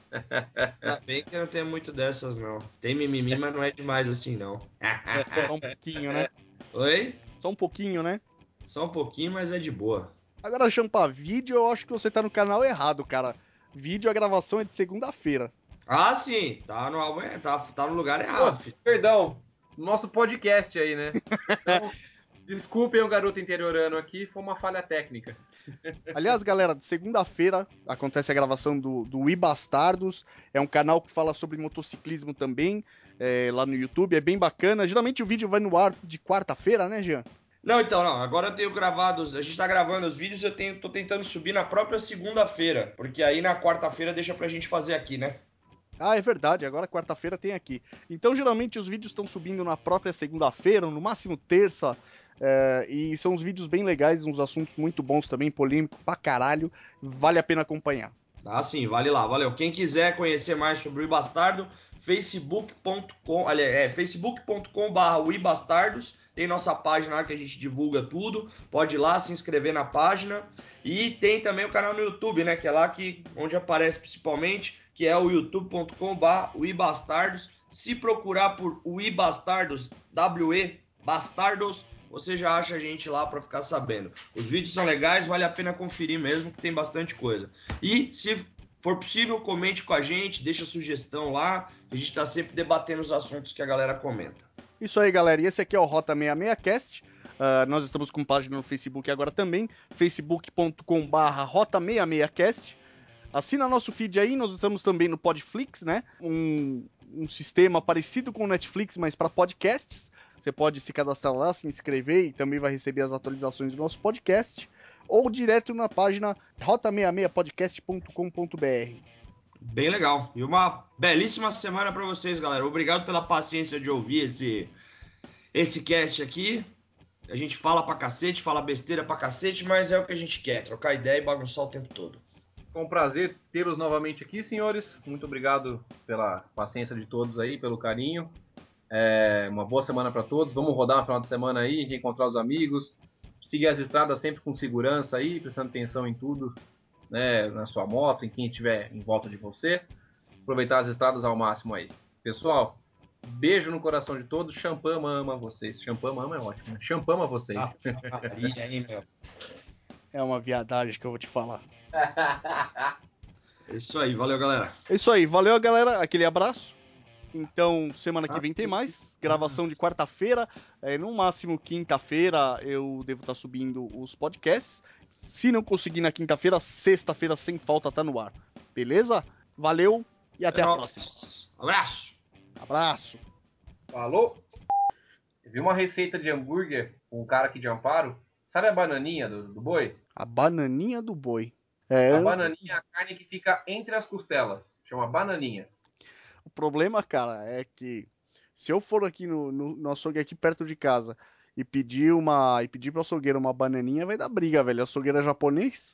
Ainda bem que eu não tenho muito dessas, não. Tem mimimi, mas não é demais assim, não. Só um pouquinho, né? Oi? Só um pouquinho, né? Só um pouquinho, mas é de boa. Agora, Champa, vídeo, eu acho que você tá no canal errado, cara. Vídeo, a gravação é de segunda-feira. Ah, sim. Tá no, álbum- tá, tá no lugar Pô, errado, filho. perdão, nosso podcast aí, né? Então, desculpem o garoto interiorano aqui, foi uma falha técnica. Aliás, galera, de segunda-feira acontece a gravação do, do I Bastardos. É um canal que fala sobre motociclismo também, é, lá no YouTube. É bem bacana. Geralmente o vídeo vai no ar de quarta-feira, né, Jean? Não, então, não. Agora eu tenho gravado. A gente tá gravando os vídeos, eu tenho, tô tentando subir na própria segunda-feira. Porque aí na quarta-feira deixa pra gente fazer aqui, né? Ah, é verdade. Agora quarta-feira tem aqui. Então, geralmente os vídeos estão subindo na própria segunda-feira, no máximo terça. É, e são uns vídeos bem legais, uns assuntos muito bons também, polêmico pra caralho. Vale a pena acompanhar. Ah, sim, vale lá, valeu. Quem quiser conhecer mais sobre o iBastardo, facebook ponto com, aliás, é facebook ponto com barra iBastardos. Tem nossa página lá que a gente divulga tudo. Pode ir lá se inscrever na página. E tem também o canal no YouTube, né? Que é lá que, onde aparece principalmente, que é o youtube ponto com barra iBastardos. Se procurar por iBastardos, W E Bastardos, você já acha a gente lá para ficar sabendo. Os vídeos são legais, vale a pena conferir mesmo, que tem bastante coisa. E se for possível, comente com a gente, deixa sugestão lá, que a gente está sempre debatendo os assuntos que a galera comenta. Isso aí, galera. E esse aqui é o Rota sessenta e seis Cast. Uh, nós estamos com página no Facebook agora também, facebook ponto com barra Rota sessenta e seis Cast. Assina nosso feed aí, nós estamos também no Podflix, né? Um, um sistema parecido com o Netflix, mas para podcasts. Você pode se cadastrar lá, se inscrever e também vai receber as atualizações do nosso podcast. Ou direto na página rota sessenta e seis podcast ponto com ponto b r. Bem legal. E uma belíssima semana para vocês, galera. Obrigado pela paciência de ouvir esse, esse cast aqui. A gente fala pra cacete, fala besteira pra cacete, mas é o que a gente quer, trocar ideia e bagunçar o tempo todo. Foi um prazer tê-los novamente aqui, senhores. Muito obrigado pela paciência de todos aí, pelo carinho. É, uma boa semana para todos. Vamos rodar no final de semana aí, reencontrar os amigos. Seguir as estradas sempre com segurança aí, prestando atenção em tudo, né, na sua moto, em quem estiver em volta de você. Aproveitar as estradas ao máximo aí. Pessoal, beijo no coração de todos. Champama ama vocês. Champama ama é ótimo, né? Champama vocês. Ah, Maria, hein, meu? É uma viadagem que eu vou te falar. É isso aí, valeu, galera. É isso aí, valeu, galera. Aquele abraço. Então, semana que vem tem mais. Gravação de quarta-feira. É, no máximo, quinta-feira eu devo estar subindo os podcasts. Se não conseguir na quinta-feira, sexta-feira, sem falta, tá no ar. Beleza? Valeu e até É a nóis. próxima. Abraço. Abraço. Falou! Vi uma receita de hambúrguer com um cara aqui de Amparo. Sabe a bananinha do, do boi? A bananinha do boi. É, A bananinha é a carne que fica entre as costelas. Chama bananinha. o problema, cara, é que se eu for aqui no, no, no açougue aqui perto de casa e pedir uma e pedir pro açougueiro uma bananinha, vai dar briga, velho. Açougueiro é japonês?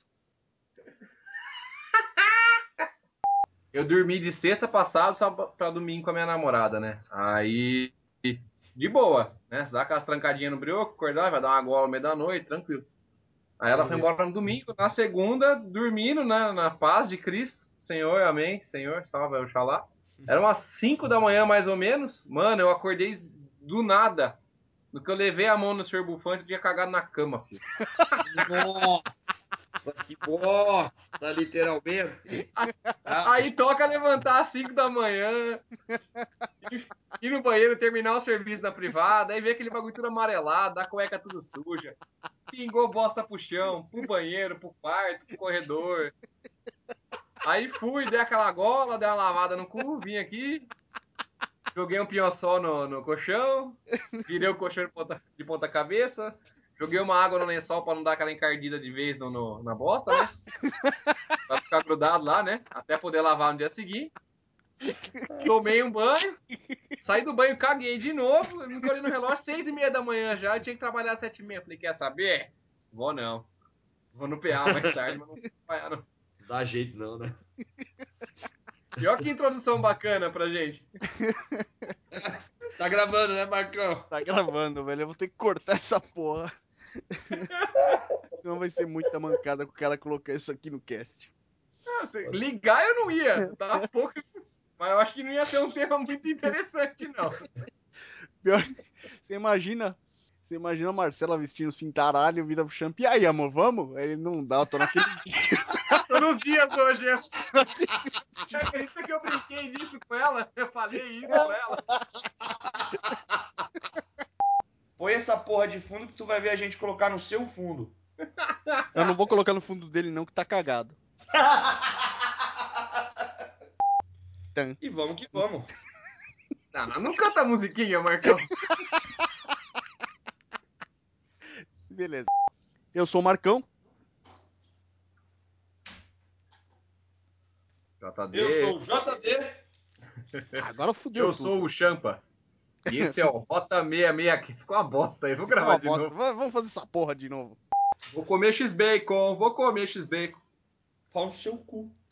Eu dormi de sexta passado pra domingo com a minha namorada, né? Aí, de boa, né? Você dá aquelas trancadinhas no brioco, acordar, vai dar uma gola no meio da noite, tranquilo. Aí ela foi embora no domingo, na segunda, dormindo, né, na paz de Cristo. Senhor, amém, Senhor, salve, Oxalá. Era umas cinco da manhã, mais ou menos. Mano, eu acordei do nada. No que eu levei a mão no senhor bufante, eu tinha cagado na cama, filho. Nossa, que bosta, literalmente. Aí toca levantar às cinco da manhã, ir no banheiro, terminar o serviço na privada, aí ver aquele bagulho tudo amarelado, a cueca tudo suja. Pingou bosta pro chão, pro banheiro, pro quarto, pro corredor. Aí fui, dei aquela gola, dei uma lavada no cu, vim aqui, joguei um pinhão-sol no, no colchão, virei o colchão de ponta, de ponta cabeça, joguei uma água no lençol pra não dar aquela encardida de vez no, no, na bosta, né? Pra ficar grudado lá, né? Até poder lavar no dia seguinte. Tomei um banho, saí do banho, caguei de novo, eu me olhei no relógio, seis e meia da manhã já, eu tinha que trabalhar às sete e meia. Falei, quer saber? Vou não. Vou no P A mais tarde, mas não vou trabalhar não. Não dá jeito não, né? E olha que introdução bacana pra gente. Tá gravando, né, Marcão? Tá gravando, velho. Eu vou ter que cortar essa porra. Senão vai ser muita mancada com o cara colocar isso aqui no cast. Nossa, ligar eu não ia, tá pouco. Mas eu acho que não ia ser um tema muito interessante, não. Pior, você imagina, você imagina a Marcela vestindo cintaralho, vira pro Champ. E aí, amor, vamos? Aí não dá, eu tô naquele Tô nos dias hoje. Você acredita que eu brinquei disso com ela? Eu falei isso pra ela. Põe essa porra de fundo que tu vai ver a gente colocar no seu fundo. Eu não vou colocar no fundo dele não, que tá cagado. E vamos que vamos. Não, não, não canta a musiquinha, Marcão. Beleza. Eu sou o Marcão. J D. Eu sou o J D. Agora fudeu Eu tudo. sou o Champa. E esse é o Rota sessenta e seis aqui. Ficou uma bosta aí. Vou Ficou gravar uma de bosta. novo. Vamos fazer essa porra de novo. Vou comer X-Bacon. Vou comer X-Bacon. Pau no seu cu.